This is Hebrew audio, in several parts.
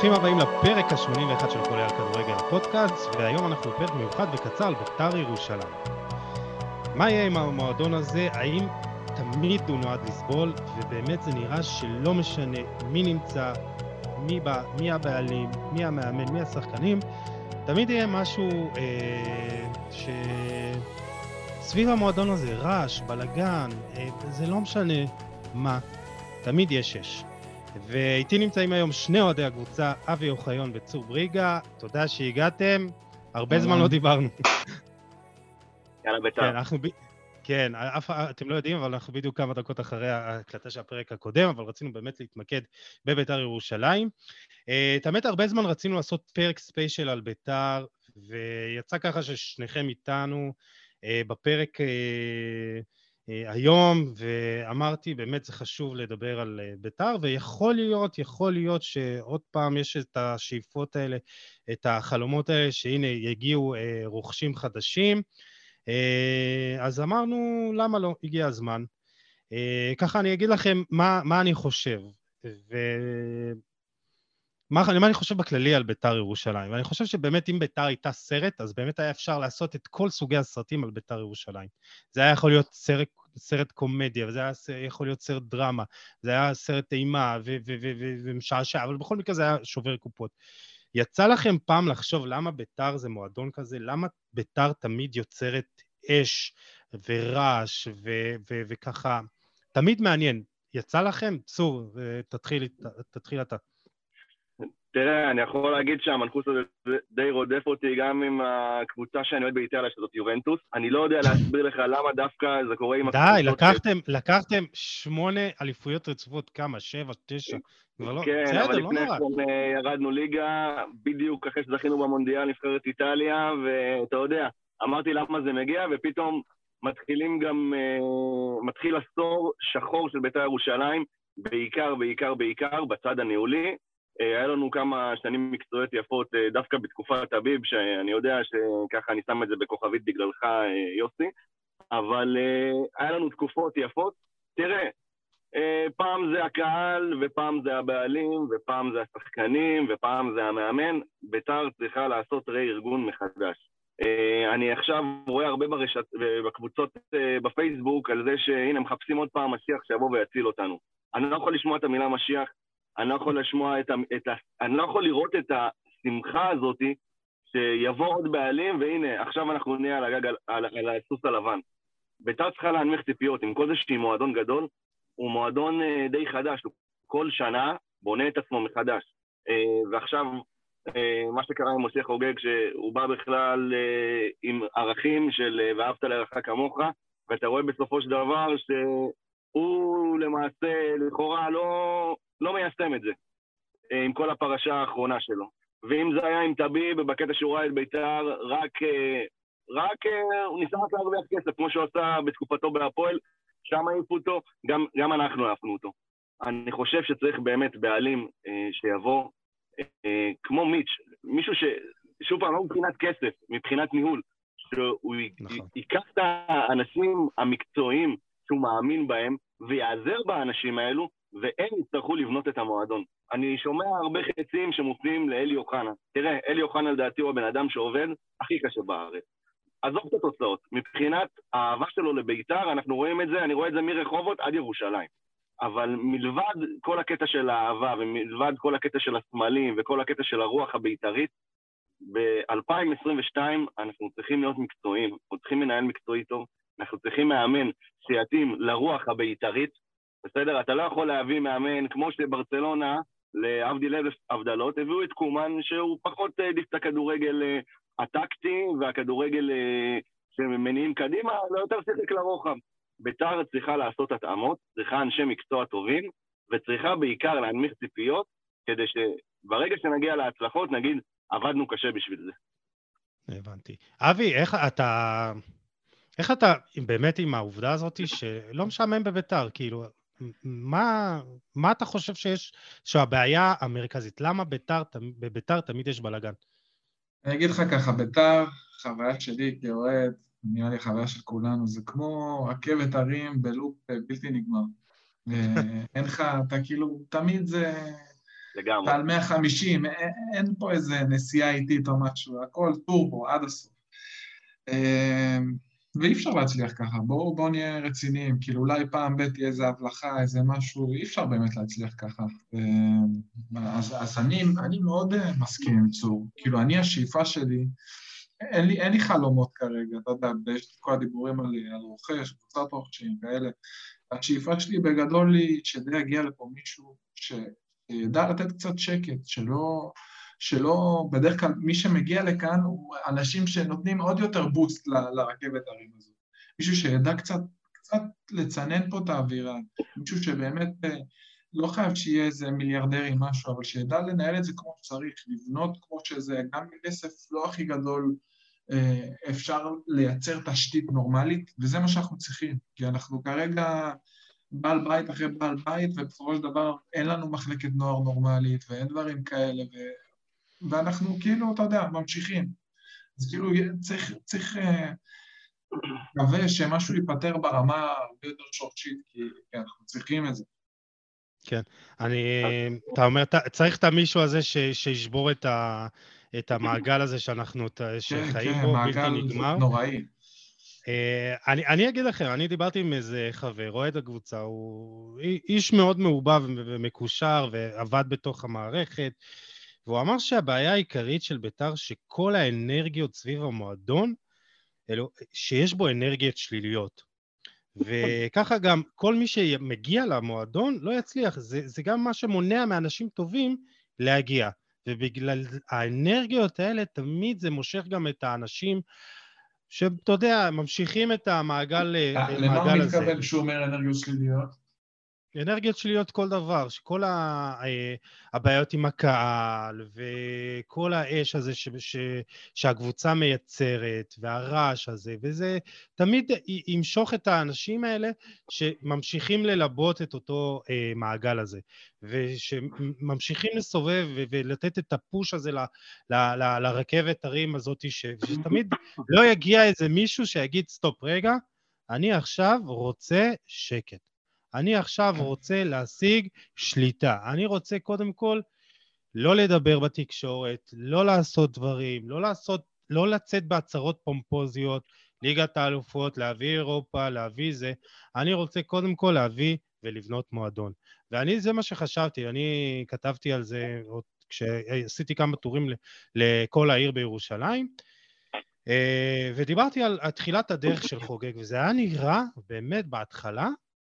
ברוכים הבאים לפרק ה-81 של קולי על כדורגל הפודקאסט, והיום אנחנו בפרק מיוחד וקצר על בית"ר ירושלים. מה יהיה עם המועדון הזה? האם תמיד הוא נועד לסבול? ובאמת זה נראה שלא משנה מי נמצא, מי הבעלים, מי המאמן, מי השחקנים, תמיד יהיה משהו סביב המועדון הזה, רעש, בלגן, זה לא משנה מה, תמיד יש שש. ואיתי נמצאים היום שני אוהדי הקבוצה, אבי אוחיון וצור בריגה. תודה שהגעתם, הרבה זמן לא דיברנו. יאללה בית"ר. כן, אתם לא יודעים, אבל אנחנו בדיוק כמה דקות אחרי ההקלטה של הפרק הקודם, אבל רצינו באמת להתמקד בבית"ר ירושלים. האמת, הרבה זמן רצינו לעשות פרק ספיישל על בית"ר, ויצא ככה ששניכם איתנו בפרק היום, ואמרתי, באמת זה חשוב לדבר על בית"ר, ויכול להיות שעוד פעם יש את השאיפות האלה, את החלומות האלה, שהנה יגיעו רוכשים חדשים, אז אמרנו, למה לא? הגיע הזמן. ככה אני אגיד לכם מה אני חושב, מה אני חושב בכללי על בית"ר ירושלים. ואני חושב שבאמת אם בית"ר הייתה סרט, אז באמת היה אפשר לעשות את כל סוגי הסרטים על בית"ר ירושלים. זה היה יכול להיות סרט קומדיה, וזה היה יכול להיות סרט דרמה, זה היה סרט אימה ומשעשע, אבל בכל מקרה זה היה שובר קופות. יצא לכם פעם לחשוב למה בית"ר זה מועדון כזה? למה בית"ר תמיד יוצרת אש ורעש וככה? תמיד מעניין. יצא לכם? צור, תתחיל אתה. תראה, אני יכול להגיד שהמנחוס הזה די רודף אותי גם עם הקבוצה שאני אוהד באיטליה, שזאת יובנטוס. אני לא יודע להסביר לך למה דווקא זה קורה עם הקבוצות. די, לקחתם 8 אליפויות רצופות, כמה? 7, 9? כן, אבל לפני כן ירדנו ליגה, בדיוק אחרי שזכינו במונדיאל נבחרת איטליה, ואתה יודע, אמרתי למה זה מגיע, ופתאום מתחיל עשור שחור של בית"ר ירושלים, בעיקר בצד הניהולי. היה לנו כמה שנים מקצועיות יפות דווקא בתקופת אביב, שאני יודע שככה אני שם את זה בכוכבית בגללך, יוסי, אבל היה לנו תקופות יפות. תראה, פעם זה הקהל, ופעם זה הבעלים, ופעם זה השחקנים, ופעם זה המאמן. בית"ר צריכה לעשות ארגון מחדש. אני עכשיו רואה הרבה בקבוצות בפייסבוק על זה שהנה מחפשים עוד פעם משיח שיבוא ויציל אותנו. אני לא יכול לשמוע את המילה משיח, אני לא יכול לשמוע אני לא יכול לראות את השמחה הזאת שיבוא עוד בעלים, והנה, עכשיו אנחנו נהיה על הגג, על הסוס הלבן. בית"ר צריכה להנמיך ציפיות, עם כל זה שהיא מועדון גדול, הוא מועדון די חדש, הוא כל שנה בונה את עצמו מחדש. ועכשיו, מה שקרה עם משה חוגג, שהוא בא בכלל עם ערכים של ואהבת לרעך כמוך, ואתה רואה בסופו של דבר שהוא למעשה לכאורה לא מיישם את זה, עם כל הפרשה האחרונה שלו. ואם זה היה עם טביב, בקטע שהוא ראה את בית"ר, רק הוא ניסה רק להרוויח כסף, כמו שהוא עשה בתקופתו בהפועל, שם העיפו אותו, גם אנחנו העפנו אותו. אני חושב שצריך באמת בעלים שיבוא, כמו מישהו ששוב פעם, לא מבחינת כסף, מבחינת ניהול, שהוא ייקח את האנשים המקצועיים שהוא מאמין בהם, ויעזר באנשים האלו, והם יצטרכו לבנות את המועדון. אני שומע הרבה חצים שמופנים לאלי אוחנה. תראה, אלי אוחנה לדעתי הוא הבן אדם שעובד הכי קשה בארץ. עזוב את התוצאות. מבחינת האהבה שלו לבית"ר, אנחנו רואים את זה, אני רואה את זה מרחובות עד ירושלים. אבל מלבד כל הקטע של האהבה, ומלבד כל הקטע של הסמלים, וכל הקטע של הרוח הבית"רית, ב-2022 אנחנו צריכים להיות מקצועיים, אנחנו צריכים מנהל מקצועי טוב, אנחנו צריכים מאמן שיתאים לרוח הבית"רית, בסדר? אתה לא יכול להביא מאמן כמו שברצלונה, להבדיל אלף הבדלות, הביאו את קומן שהוא פחות העדיף את הכדורגל הטקטי, והכדורגל שמניעים קדימה, לא יותר שיחק לרוחב. בית"ר צריכה לעשות התאמות, צריכה אנשי מקצוע טובים, וצריכה בעיקר להנמיך ציפיות, כדי שברגע שנגיע להצלחות נגיד, עבדנו קשה בשביל זה. הבנתי. אבי, איך אתה באמת עם העובדה הזאת שלא משעמם בבית"ר? כאילו, מה אתה חושב שהבעיה המרכזית? למה בבית"ר תמיד יש בלגן? אני אגיד לך ככה, בית"ר, חוויה שלי כאוהד, נראה לי חוויה של כולנו, זה כמו רכבת הרים בלופ בלתי נגמר. אין לך, אתה כאילו, תמיד זה לגמרי. אתה על 150, אין פה איזה נסיעה איטית או משהו, הכל טורבו עד הסוף. ואי אפשר להצליח ככה, בואו נהיה רציניים, כאילו אולי פעם ב' תהיה איזה הבלחה, איזה משהו, אי אפשר באמת להצליח ככה. אז אני מאוד מסכים עם צור, כאילו אני השאיפה שלי, אין לי חלומות כרגע, אתה יודע, יש את כל הדיבורים על רוכש, קבוצת רוכשים כאלה, השאיפה שלי בגדול היא שזה יגיע לפה מישהו שידע לתת קצת שקט, שלא, בדרך כלל מי שמגיע לכאן הוא אנשים שנותנים עוד יותר בוסט לרכבת הרים הזו. מישהו שידע קצת לצנן פה את האווירה, מישהו שבאמת לא חייב שיהיה איזה מיליארדרי משהו, אבל שידע לנהל את זה כמו שצריך, לבנות כמו שזה, גם בכסף לא הכי גדול, אפשר לייצר תשתית נורמלית, וזה מה שאנחנו צריכים, כי אנחנו כרגע בעל בית אחרי בעל בית, ובסופו של דבר אין לנו מחלקת נוער נורמלית, ואין דברים כאלה, ואנחנו כאילו, אתה יודע, ממשיכים. אז כאילו צריך מקווה שמשהו ייפטר ברמה הרבה יותר שורשית, כי אנחנו צריכים את זה. כן, אתה אומר, צריך את המישהו הזה שישבור את המעגל הזה שאנחנו שחיים בו, בלתי נגמר. מעגל נוראי. אני אגיד לכם, אני דיברתי עם איזה חבר, אוהד הקבוצה, הוא איש מאוד מעובב ומקושר, ועבד בתוך המערכת, והוא אמר שהבעיה העיקרית של בית"ר, שכל האנרגיות סביב המועדון, שיש בו אנרגיות שליליות. וככה גם כל מי שמגיע למועדון לא יצליח, זה גם מה שמונע מאנשים טובים להגיע, ובגלל האנרגיות האלה תמיד זה מושך גם את האנשים שאתה יודע, ממשיכים את המעגל הזה. למה הוא מתכוון שהוא אומר אנרגיות שליליות? אנרגיות שליליות כל דבר, שכל הבעיות עם הקהל וכל האש הזה שהקבוצה מייצרת והרעש הזה, וזה תמיד ימשוך את האנשים האלה שממשיכים ללבות את אותו מעגל הזה, ושממשיכים לסובב ולתת את הפוש הזה לרכבת הרים הזאת, שתמיד לא יגיע איזה מישהו שיגיד סטופ רגע, אני עכשיו רוצה שקט. אני עכשיו רוצה להשיג שליטה. אני רוצה קודם כל לא לדבר בתקשורת, לא לעשות דברים, לא לצאת בהצהרות פומפוזיות, ליגת האלופות, להביא אירופה, להביא זה. אני רוצה קודם כל להביא ולבנות מועדון. זה מה שחשבתי, אני כתבתי על זה כשעשיתי כמה טורים לכל העיר בירושלים, ודיברתי על תחילת הדרך של חוגג, וזה היה נראה באמת בהתחלה,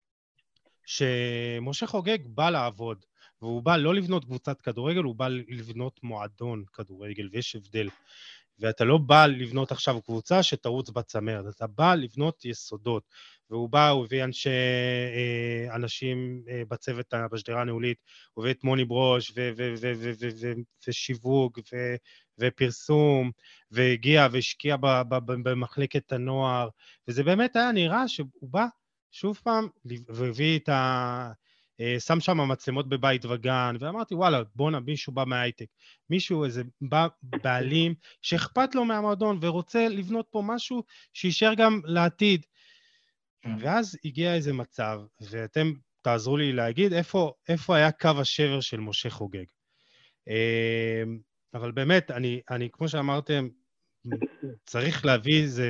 שמשה חוגג בא לעבוד, והוא בא לא לבנות קבוצת כדורגל, הוא בא לבנות מועדון כדורגל, ויש הבדל. ואתה לא בא לבנות עכשיו קבוצה שתרוץ בצמרת, אתה בא לבנות יסודות, והוא בא, הוא הביא אנשים בצוות בשדרה הניהולית, הוא הביא את מוני ברוש, ושיווק, ופרסום, והגיע והשקיע במחלקת הנוער, וזה באמת היה נראה שהוא בא, שוב פעם, והביא שם שם המצלמות בבית וגן, ואמרתי, וואלה, בונה, מישהו בא מההייטק, מישהו איזה בא בעלים, שאכפת לו מהמועדון, ורוצה לבנות פה משהו שישאר גם לעתיד. ואז הגיע איזה מצב, ואתם תעזרו לי להגיד, איפה היה קו השבר של משה חוגג. אבל באמת, אני כמו שאמרתם, צריך להביא איזה,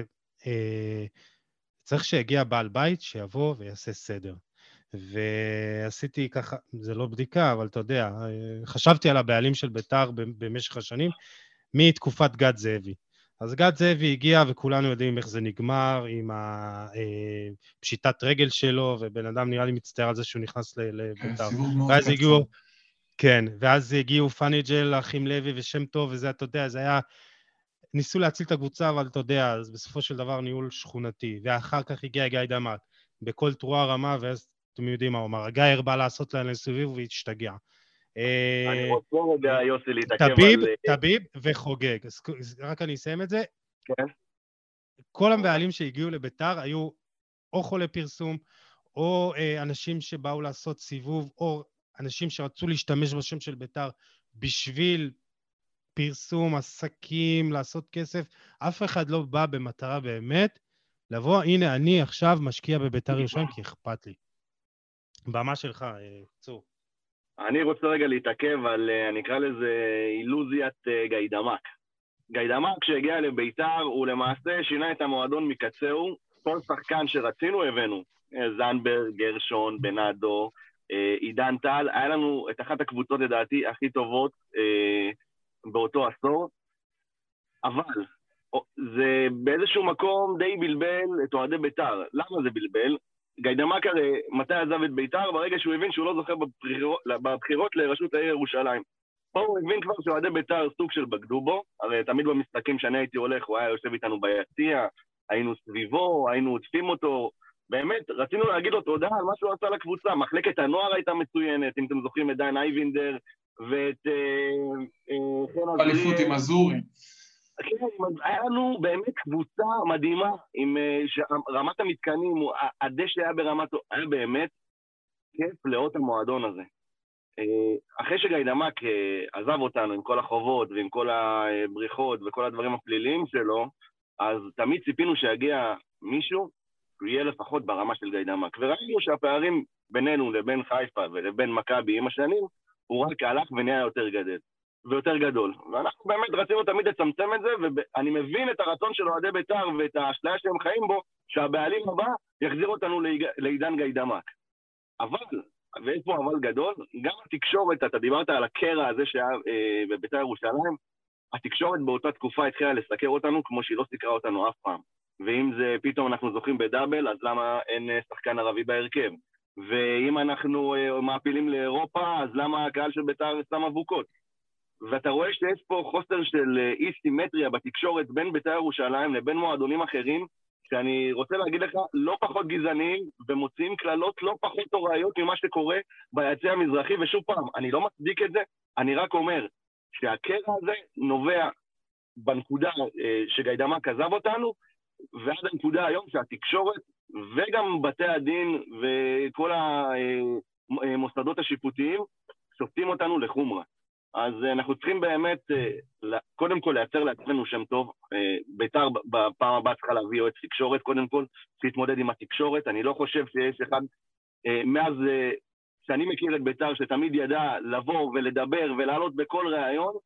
צריך שיגיע בעל בית שיבוא ויעשה סדר. ועשיתי ככה, זה לא בדיקה, אבל אתה יודע, חשבתי על הבעלים של בית"ר במשך השנים, מתקופת גד זאבי. אז גד זאבי הגיע, וכולנו יודעים איך זה נגמר, עם הפשיטת רגל שלו, ובן אדם נראה לי מצטער על זה שהוא נכנס לבית"ר. ואז הגיעו, כן, ואז הגיעו פאניג'ל, אחים לוי ושם טוב, וזה, אתה יודע, זה היה, ניסו להציל את הקבוצה, אבל אתה יודע, אז בסופו של דבר ניהול שכונתי, ואחר כך הגיע גיא דמאט, בכל תרועה רמה, ואז אתם יודעים מה הוא אמר, גייר בא לעשות להם לסביב והתשתגע. אני רוצה רגע, יוסי, להתעכב על... טביב וחוגג. רק אני אסיים את זה. כן. כל הבעלים שהגיעו לבית"ר היו או חולי פרסום, או אנשים שבאו לעשות סיבוב, או אנשים שרצו להשתמש בשם של בית"ר בשביל פרסום, עסקים, לעשות כסף. אף אחד לא בא במטרה באמת לבוא, הנה אני עכשיו משקיע בבית"ר ירושלים כי אכפת לי. במה שלך, צור. אני רוצה רגע להתעכב על, אני אקרא לזה אילוזיית גיידמק. גיידמק שהגיע לביתר, הוא למעשה שינה את המועדון מקצהו, כל שחקן שרצינו הבאנו. זנברג, גרשון, בנאדו, עידן טל, היה לנו את אחת הקבוצות לדעתי הכי טובות באותו עשור, אבל זה באיזשהו מקום די בלבל את אוהדי ביתר. למה זה בלבל? גיידמק הרי מתי עזב את ביתר? ברגע שהוא הבין שהוא לא זוכר בבחירות לראשות העיר ירושלים. פה הוא הבין כבר שאוהדי ביתר סוג של בגדו בו, הרי תמיד במשחקים שאני הייתי הולך, הוא היה יושב איתנו ביציע, היינו סביבו, היינו עוטפים אותו, באמת רצינו להגיד לו תודה על מה שהוא עשה לקבוצה, מחלקת הנוער הייתה מצוינת, אם אתם זוכרים את דיין אייבינדר ואת אליפות עם אזורי. כן, היה לנו באמת קבוצה מדהימה, עם רמת המתקנים, הדשא היה ברמת, היה באמת כיף לאות המועדון הזה. אחרי שגיידמק עזב אותנו עם כל החובות ועם כל הבריחות וכל הדברים הפליליים שלו, אז תמיד ציפינו שיגיע מישהו, הוא יהיה לפחות ברמה של גיידמק. וראינו שהפערים בינינו לבין חיפה ולבין מכבי עם השנים, הוא רק הלך ונהיה יותר גדול. ויותר גדול. ואנחנו באמת רצינו תמיד לצמצם את זה, ואני מבין את הרצון של אוהדי ביתר ואת האשליה שהם חיים בו, שהבעלים הבא יחזיר אותנו לעידן גיידמק. אבל, ויש פה אבל גדול, גם התקשורת, אתה דיברת על הקרע הזה שהיה בביתר ירושלים, התקשורת באותה תקופה התחילה לסקר אותנו כמו שהיא לא סקרה אותנו אף פעם. ואם זה פתאום אנחנו זוכים בדאבל, אז למה אין שחקן ערבי בהרכב? ואם אנחנו מעפילים לאירופה, אז למה הקהל של ביתר שם אבוקות? ואתה רואה שיש פה חוסר של אי סימטריה בתקשורת בין ביתר ירושלים לבין מועדונים אחרים, שאני רוצה להגיד לך, לא פחות גזעניים ומוציאים כללות לא פחות תוראיות ממה שקורה ביציע המזרחי, ושוב פעם, אני לא מצדיק את זה, אני רק אומר שהקרע הזה נובע בנקודה שגיידמק עזב אותנו, ועד הנקודה היום שהתקשורת וגם בתי הדין וכל המוסדות השיפוטיים שופטים אותנו לחומרה. אז אנחנו צריכים באמת, קודם כל לייצר לעצמנו שם טוב. ביתר בפעם הבאה צריכה להביא יועץ תקשורת, קודם כל, להתמודד עם התקשורת. אני לא חושב שיש אחד, מאז שאני מכיר את ביתר, שתמיד ידע לבוא ולדבר ולעלות בכל ראיון,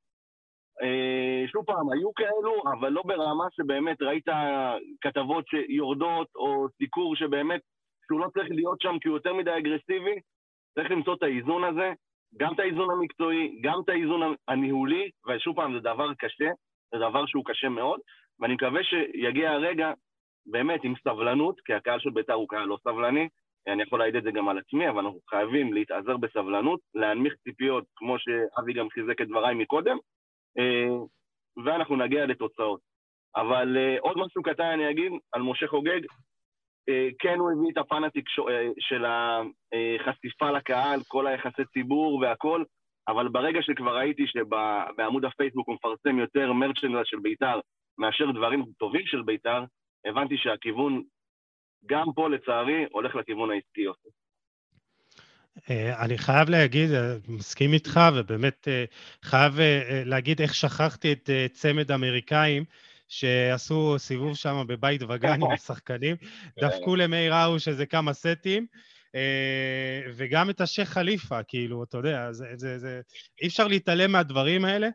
שוב פעם, היו כאלו, אבל לא ברמה שבאמת ראית כתבות שיורדות, או סיקור שבאמת, שהוא לא צריך להיות שם כי הוא יותר מדי אגרסיבי, צריך למצוא את האיזון הזה, גם את האיזון המקצועי, גם את האיזון הניהולי, ושוב פעם, זה דבר קשה, זה דבר שהוא קשה מאוד, ואני מקווה שיגיע הרגע, באמת, עם סבלנות, כי הקהל של ביתר הוא קהל לא סבלני, אני יכול להעיד את זה גם על עצמי, אבל אנחנו חייבים להתעזר בסבלנות, להנמיך ציפיות, כמו שאבי גם חיזק את דבריי מקודם, ואנחנו נגיע לתוצאות. אבל עוד משהו קטן אני אגיד על משה חוגג, כן הוא הביא את הפן של החשיפה לקהל, כל היחסי ציבור והכל, אבל ברגע שכבר ראיתי שבעמוד הפייסבוק הוא מפרסם יותר מרצ'נדייז של ביתר מאשר דברים טובים של ביתר, הבנתי שהכיוון גם פה לצערי הולך לכיוון העסקי יותר. אני חייב להגיד, מסכים איתך, ובאמת חייב להגיד איך שכחתי את צמד אמריקאים, שעשו סיבוב שם בבית וגן עם השחקנים, דפקו למאיר ארוש איזה כמה סטים, וגם את השייח חליפה, כאילו, אתה יודע, אי אפשר להתעלם מהדברים האלה.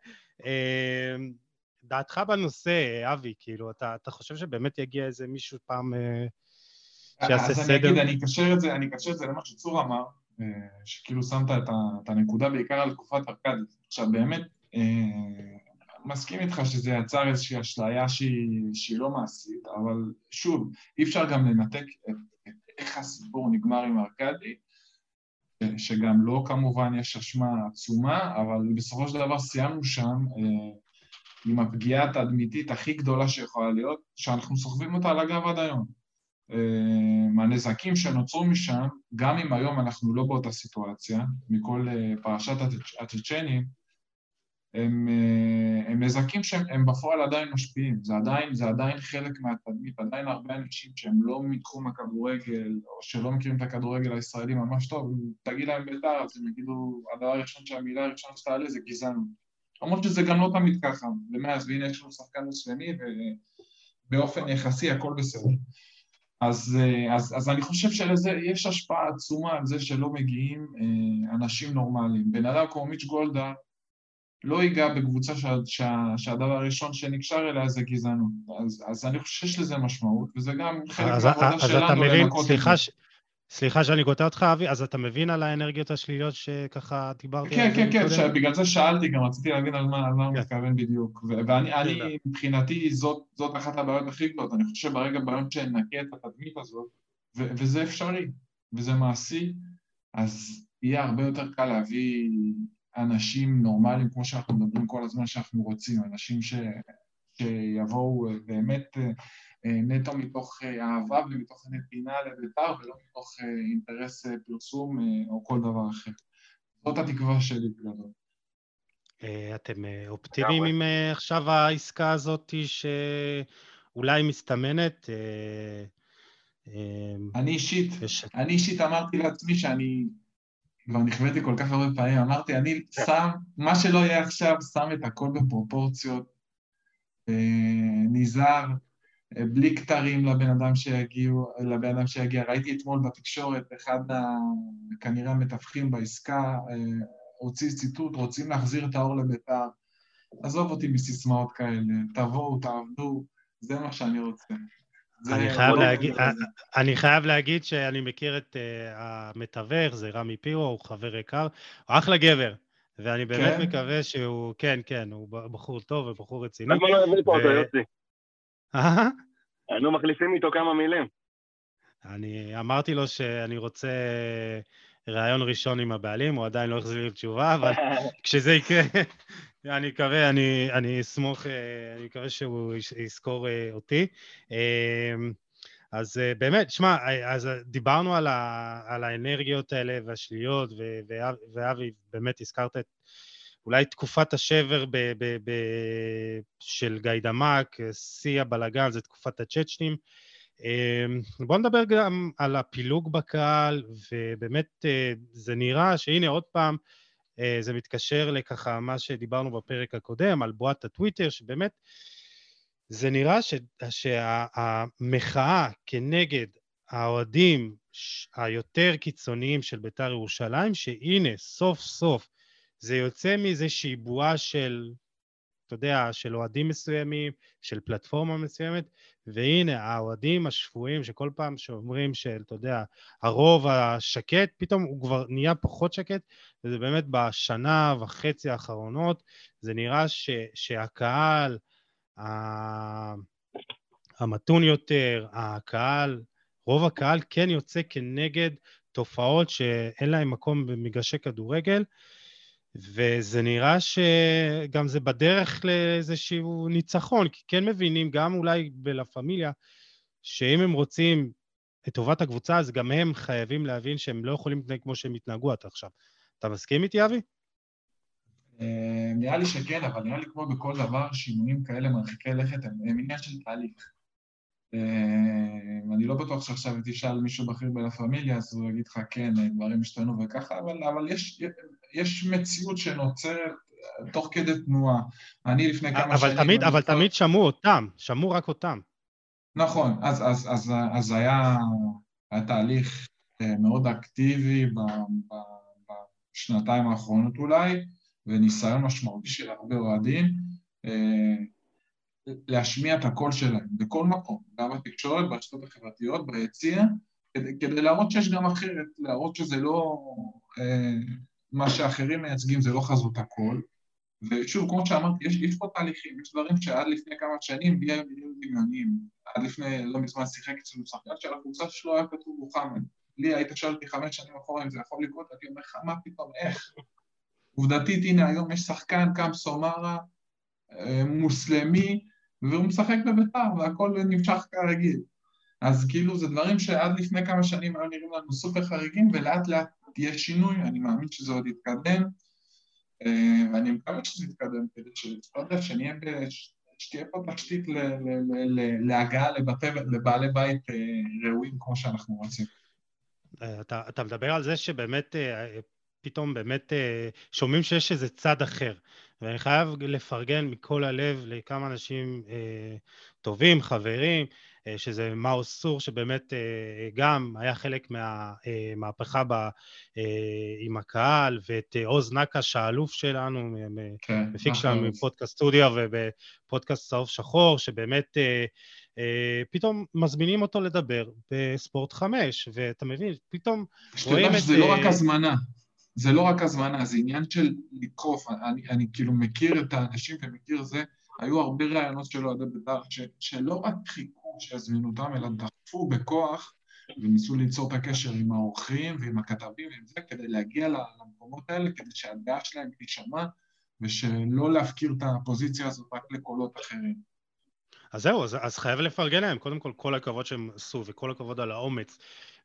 דעתך בנושא, אבי, כאילו, אתה חושב שבאמת יגיע איזה מישהו פעם שיעשה סדר? אז אני אקשר את זה למה שצור אמר, שכאילו שמת את הנקודה בעיקר על תקופת ארקדי. עכשיו באמת, מסכים איתך שזה יצר איזושהי אשליה שהיא לא מעשית, אבל שוב, אי אפשר גם לנתק איך הסיפור נגמר עם ארקדי, שגם לא כמובן יש אשמה עצומה, אבל בסופו של דבר סיימנו שם עם הפגיעה התדמיתית הכי גדולה שיכולה להיות, שאנחנו סוחבים אותה על הגב עד היום. מהנזקים שנוצרו משם, גם אם היום אנחנו לא באותה סיטואציה, מכל פרשת הצ'צ'נים, הם נזקים שהם בפועל עדיין משפיעים, זה עדיין חלק מהתדמית, עדיין הרבה אנשים שהם לא מתחום הכדורגל, או שלא מכירים את הכדורגל הישראלי ממש טוב, תגיד להם ביתר, אז הם יגידו, הדבר הראשון שהמילה הראשונה שתעלה זה גזענות. למרות שזה גם לא תמיד ככה, ומאז, והנה יש לנו שחקן מוסלמי, ובאופן יחסי הכל בסדר. אז אני חושב שלזה יש השפעה עצומה על זה שלא מגיעים אנשים נורמליים. בן אדם כמו מיץ' גולדה לא ייגע בקבוצה שהדבר הראשון שנקשר אליה זה גזענות. אז אני חושב שיש לזה משמעות, וזה גם חלק מהעבודה אז אתה שלנו מבין, לנקות את זה. סליחה שאני קוטע אותך, אבי, אז אתה מבין על האנרגיות השליליות שככה דיברתי על כן, זה כן, כן, מקודם? בגלל זה שאלתי, גם רציתי להבין על מה הוא כן, מתכוון בדיוק. ואני בסדר. מבחינתי, זאת אחת הבעיות הכי גדולות. אני חושב ביום שנקה את התדמית הזאת, וזה אפשרי, וזה מעשי, אז יהיה הרבה יותר קל להביא אנשים נורמליים, כמו שאנחנו מדברים כל הזמן שאנחנו רוצים, אנשים שיבואו באמת נטו מתוך אהבה ומתוך נתינה לבית"ר, ולא מתוך אינטרס פרסום או כל דבר אחר. זאת התקווה שלי בגדול. אתם אופטימיים עם עכשיו העסקה הזאת שאולי מסתמנת? אני אישית אמרתי לעצמי שאני כבר נכוויתי כל כך הרבה פעמים, אמרתי, אני שם, מה שלא יהיה עכשיו, שם את הכל בפרופורציות, נזהר, בלי כתרים לבן אדם שיגיע. ראיתי אתמול בתקשורת, אחד כנראה המתווכים בעסקה, הוציא ציטוט, רוצים להחזיר את האור לבית"ר. עזוב אותי בסיסמאות כאלה, תבואו, תעבדו, זה מה שאני רוצה. אני חייב להגיד שאני מכיר את המתווך, זה רמי פירו, הוא חבר יקר, הוא אחלה גבר, ואני באמת מקווה שהוא, כן, הוא בחור טוב ובחור רציני. למה לא הביא פה אותו, יוסי? אנו מחליפים איתו כמה מילים. אני אמרתי לו שאני רוצה רעיון ראשון עם הבעלים, הוא עדיין לא החזיר לי תשובה, אבל כשזה יקרה, אני אסמוך, אני מקווה שהוא יזכור אותי. אז באמת, שמע, אז דיברנו על האנרגיות האלה והשליליות, ואבי, באמת הזכרת את אולי תקופת השבר של גיידמק, שיא הבלגן, זה תקופת הצ'צ'נים. בואו נדבר גם על הפילוג בקהל, ובאמת זה נראה שהנה עוד פעם, זה מתקשר לככה מה שדיברנו בפרק הקודם, על בועת הטוויטר, שבאמת זה נראה שהמחאה כנגד האוהדים היותר קיצוניים של בית"ר ירושלים, שהנה סוף סוף זה יוצא מאיזושהי בועה של, אתה יודע, של אוהדים מסוימים, של פלטפורמה מסוימת, והנה האוהדים השפויים שכל פעם שאומרים של, אתה יודע, הרוב השקט, פתאום הוא כבר נהיה פחות שקט, וזה באמת בשנה וחצי האחרונות, זה נראה שהקהל, המתון יותר, רוב הקהל כן יוצא כנגד תופעות שאין להם מקום במגרשי כדורגל, וזה נראה שגם זה בדרך לאיזשהו ניצחון, כי כן מבינים גם אולי בלה פמיליה, שאם הם רוצים את טובת הקבוצה, אז גם הם חייבים להבין שהם לא יכולים להתנהג כמו שהם התנהגו עד עכשיו. אתה מסכים איתי, אבי? נראה לי שכן, אבל נראה לי כמו בכל דבר, שינויים כאלה מרחיקי לכת, הם עניין של תהליך. אני לא בטוח שעכשיו תשאל מישהו בכיר בלה פמיליה, אז הוא יגיד לך, כן, דברים השתנו וככה, אבל יש מציאות שנוצרת תוך כדי תנועה. אני לפני כמה שנים... אבל תמיד שמעו רק אותם. נכון, אז היה תהליך מאוד אקטיבי בשנתיים האחרונות אולי, וניסיון משמעותי של הרבה אוהדים, להשמיע את הקול שלהם בכל מקום, גם בתקשורת, ברשתות החברתיות, ביציע, כדי להראות שיש גם אחרת, להראות שזה לא, מה שאחרים מייצגים זה לא חזות הקול, ושוב, כמו שאמרתי, יש פה תהליכים, יש דברים שעד לפני כמה שנים בלי היו דמיוניים, עד לפני לא מזמן שיחק אצלנו שחקן של הקבוצה שלו היה כתוב מוחמד, לי היית שואל אותי 5 שנים אחורה אם זה יכול לקרות, אני אומר לך, מה פתאום, איך? עובדתית, הנה היום יש שחקן, קם סומרה, מוסלמי, והוא משחק בבית"ר, והכל נמשך כרגיל. אז כאילו זה דברים שעד לפני כמה שנים היו נראים לנו סופר חריגים, ולאט לאט תהיה שינוי, אני מאמין שזה עוד יתקדם, ואני מקווה שזה יתקדם, כדי שתהיה פה תשתית להגעה לבעלי בית ראויים כמו שאנחנו רוצים. אתה מדבר על זה שבאמת, פתאום באמת שומעים שיש איזה צד אחר, ואני חייב לפרגן מכל הלב לכמה אנשים טובים, חברים, שזה מאוס סור, שבאמת גם היה חלק מהמהפכה עם הקהל, ואת עוז נקש, האלוף שלנו, מפיק שלנו מפודקאסט סטודיו ובפודקאסט צהוב שחור, שבאמת פתאום מזמינים אותו לדבר בספורט 5, ואתה מבין, פתאום רואים את... שזה לא רק הזמנה, זה לא רק הזמנה, זה עניין של לקרוף, אני כאילו מכיר את האנשים ומכיר זה, היו הרבה רעיונות של אוהדי בית"ר, שלא רק חיכו שיזמינו אותם, אלא דחפו בכוח, וניסו ליצור את הקשר עם האורחים ועם הכתבים ועם זה, כדי להגיע למקומות האלה, כדי שהדעה שלהם תישמע, ושלא להפקיר את הפוזיציה הזאת רק לקולות אחרים. אז זהו, אז חייב לפרגן להם, קודם כל הכבוד שהם עשו, וכל הכבוד על האומץ,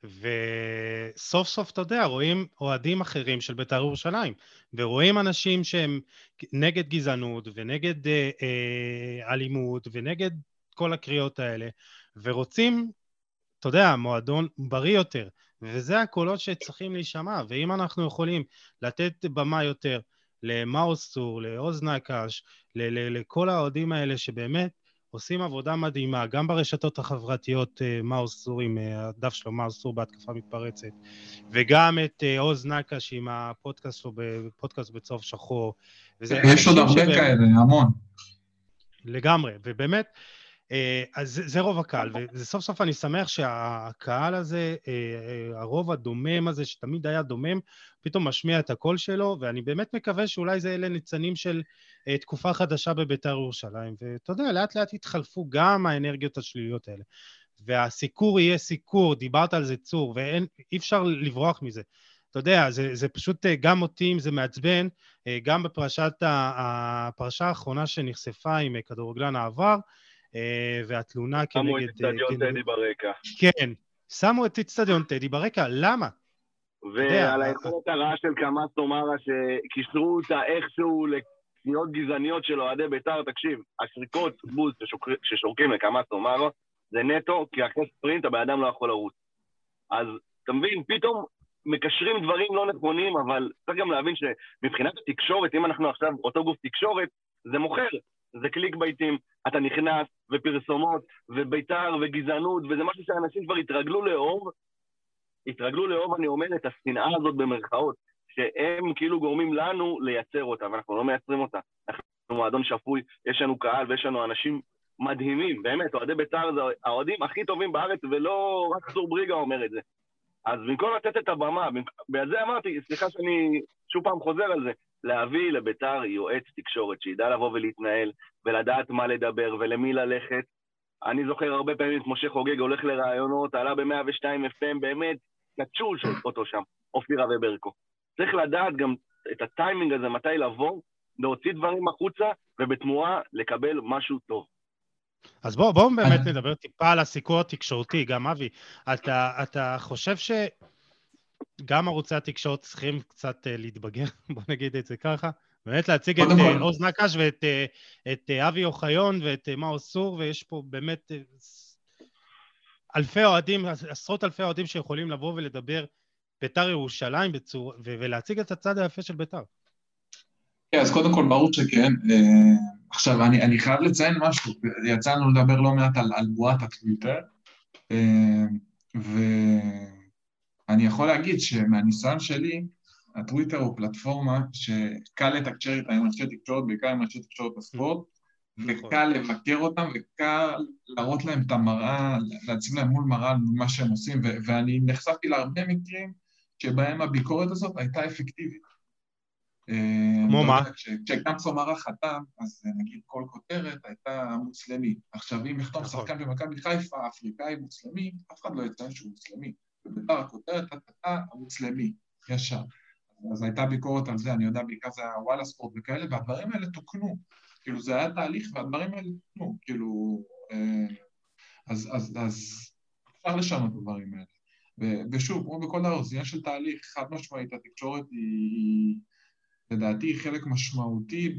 וסוף סוף, אתה יודע, רואים אוהדים אחרים של בית"ר ירושלים, ורואים אנשים שהם נגד גזענות, ונגד אלימות, ונגד כל הקריאות האלה, ורוצים, אתה יודע, מועדון בריא יותר, וזה הקולות שצריכים להישמע, ואם אנחנו יכולים לתת במה יותר למאוס סור, לעוז נקש, לכל האוהדים האלה שבאמת עושים עבודה מדהימה, גם ברשתות החברתיות, מאוס סור עם הדף שלו, מאוס סור בהתקפה מתפרצת, וגם את עוז נקש עם הפודקאסט שלו, בפודקאסט בצהוב שחור. יש עוד הרבה כאלה, המון. לגמרי, ובאמת, אז זה רוב הקהל, וסוף סוף אני שמח שהקהל הזה, הרוב הדומם הזה, שתמיד היה דומם, פתאום משמיע את הקול שלו, ואני באמת מקווה שאולי זה אלה ניצנים של תקופה חדשה בבית"ר ירושלים, ואתה יודע, לאט לאט התחלפו גם האנרגיות השליליות האלה, והסיקור יהיה סיקור, דיברת על זה צור, ואי אפשר לברוח מזה. אתה יודע, זה פשוט גם אותי, אם זה מעצבן, גם הפרשה האחרונה שנחשפה עם כדורגלן העבר, והתלונה כנגד... שמו את אצטדיון טדי ברקע. כן, שמו את אצטדיון טדי ברקע, למה? ועל היכולת הרעה של קמאס תומרה, שקישרו אותה איכשהו לקניות גזעניות של אוהדי בית"ר, תקשיב, השריקות בוז ששורקים לקמאס תומרה, זה נטו, כי אחרי ספרינט הבן אדם לא יכול לרוץ. אז אתה מבין, פתאום מקשרים דברים לא נכונים, אבל צריך גם להבין שמבחינת התקשורת, אם אנחנו עכשיו אותו גוף תקשורת, זה מוכר. זה קליק בייטים, אתה נכנס, ופרסומות, ובית"ר, וגזענות, וזה משהו שאנשים כבר התרגלו לאהוב, אני אומר, את השנאה הזאת במרכאות, שהם כאילו גורמים לנו לייצר אותה, ואנחנו לא מייצרים אותה. אנחנו מועדון שפוי, יש לנו קהל, ויש לנו אנשים מדהימים, באמת, אוהדי בית"ר זה האוהדים הכי טובים בארץ, ולא רק צור בריגה אומר את זה. אז במקום לתת את הבמה, בגלל זה אמרתי, סליחה שאני שוב פעם חוזר על זה, להביא לבית"ר יועץ תקשורת, שידע לבוא ולהתנהל, ולדעת מה לדבר, ולמי ללכת. אני זוכר הרבה פעמים את משה חוגג הולך לרעיונות, עלה ב-102 FM, באמת, קצ'ול אותו שם, אופירה וברקו. צריך לדעת גם את הטיימינג הזה, מתי לבוא, להוציא דברים החוצה, ובתמורה לקבל משהו טוב. אז בואו באמת נדבר טיפה על הסיקור התקשורתי, גם אבי, אתה חושב שגם ערוצי התקשורת צריכים קצת להתבגר, בוא נגיד את זה ככה, באמת להציג את עוז נקש ואת אבי אוחיון ואת מאוס סור, ויש פה באמת אלפי אוהדים, עשרות אלפי אוהדים שיכולים לבוא ולדבר בית"ר ירושלים ולהציג את הצד היפה של בית"ר. כן, אז קודם כל ברור שכן. עכשיו, אני חייב לציין משהו, יצאנו לדבר לא מעט על בועת הטוויטר, ואני יכול להגיד שמהניסיון שלי, הטוויטר הוא פלטפורמה שקל לתקשר איתה עם אנשי תקשורת, בעיקר עם אנשי תקשורת בספורט, וקל לבקר אותם, וקל להראות להם את המראה, להציב להם מול מראה על מה שהם עושים, ואני נחשפתי להרבה מקרים שבהם הביקורת הזאת הייתה אפקטיבית. כמו מה? כשקם סומרה חתם, אז נגיד כל כותרת הייתה מוסלמי. עכשיו, אם יכתוב שחקן במכבי חיפה, אפריקאי מוסלמי, אף אחד לא יציין שהוא מוסלמי. ובית"ר הכותרת הייתה המוסלמי, ישר. אז הייתה ביקורת על זה, אני יודע, בעיקר זה היה וואלה ספורט וכאלה, והדברים האלה תוקנו. כאילו, זה היה תהליך, והדברים האלה תוקנו. כאילו, אז אפשר לשנות את הדברים האלה. ושוב, כמו בכל דבר, זה עניין של תהליך, חד משמעית, התקשורת היא לדעתי חלק משמעותי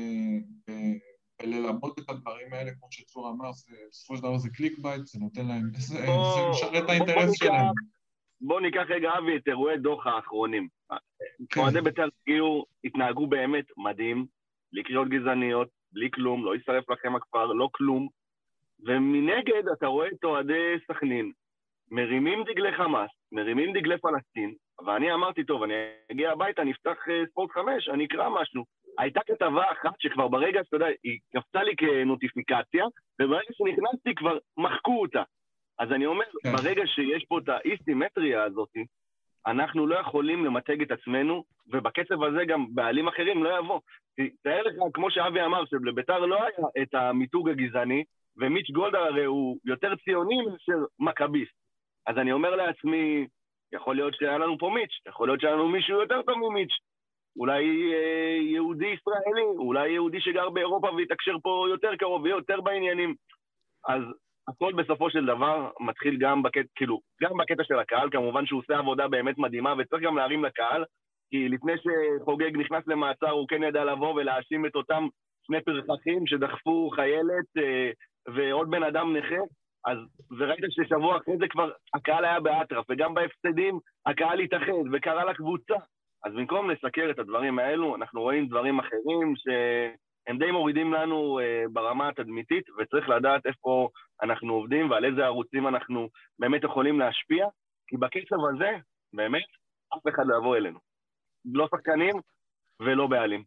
בללמוד את הדברים האלה, כמו שצור אמר, בסופו של דבר זה קליק בייט, זה נותן להם, זה משרת את האינטרס שלהם. בואו ניקח רגע אבי את אירועי דוח האחרונים. אוהדי בית"ר התנהגו באמת מדהים, בלי קריאות גזעניות, בלי כלום, לא יישרף לכם הכפר, לא כלום. ומנגד אתה רואה את אוהדי סכנין, מרימים דגלי חמאס, מרימים דגלי פלסטין, ואני אמרתי, טוב, אני אגיע הביתה, אני אפתח ספורט 5, אני אקרא משהו. הייתה כתבה אחת שכבר ברגע, אתה יודע, היא קפצה לי כנוטיפיקציה, וברגע שנכנסתי כבר מחקו אותה. אז אני אומר, ברגע שיש פה את האי-סימטריה הזאת, אנחנו לא יכולים למתג את עצמנו, ובקצב הזה גם בעלים אחרים לא יבוא. תאר לך, כמו שאבי אמר, שלביתר לא היה את המיתוג הגזעני, ומיץ' גולדהר הרי הוא יותר ציוני מאשר מכביסט. אז אני אומר לעצמי, יכול להיות שהיה לנו פה מיץ', יכול להיות שהיה לנו מישהו יותר טוב ממיץ', אולי יהודי ישראלי, אולי יהודי שגר באירופה ויתקשר פה יותר קרוב ויותר בעניינים. אז הכל בסופו של דבר מתחיל גם בקטע של הקהל, כמובן שהוא עושה עבודה באמת מדהימה, וצריך גם להרים לקהל, כי לפני שחוגג נכנס למעצר, הוא כן ידע לבוא ולהאשים את אותם שני פרחחים שדחפו חיילת ועוד בן אדם נכה, אז וראית ששבוע אחרי זה כבר הקהל היה באטרף, וגם בהפסדים הקהל התאחד וקרא לקבוצה. אז במקום לסקר את הדברים האלו, אנחנו רואים דברים אחרים שהם די מורידים לנו ברמה התדמיתית, וצריך לדעת איפה אנחנו עובדים ועל איזה ערוצים אנחנו באמת יכולים להשפיע, כי בקצב הזה, באמת, אף אחד לא יבוא אלינו. לא שחקנים ולא בעלים.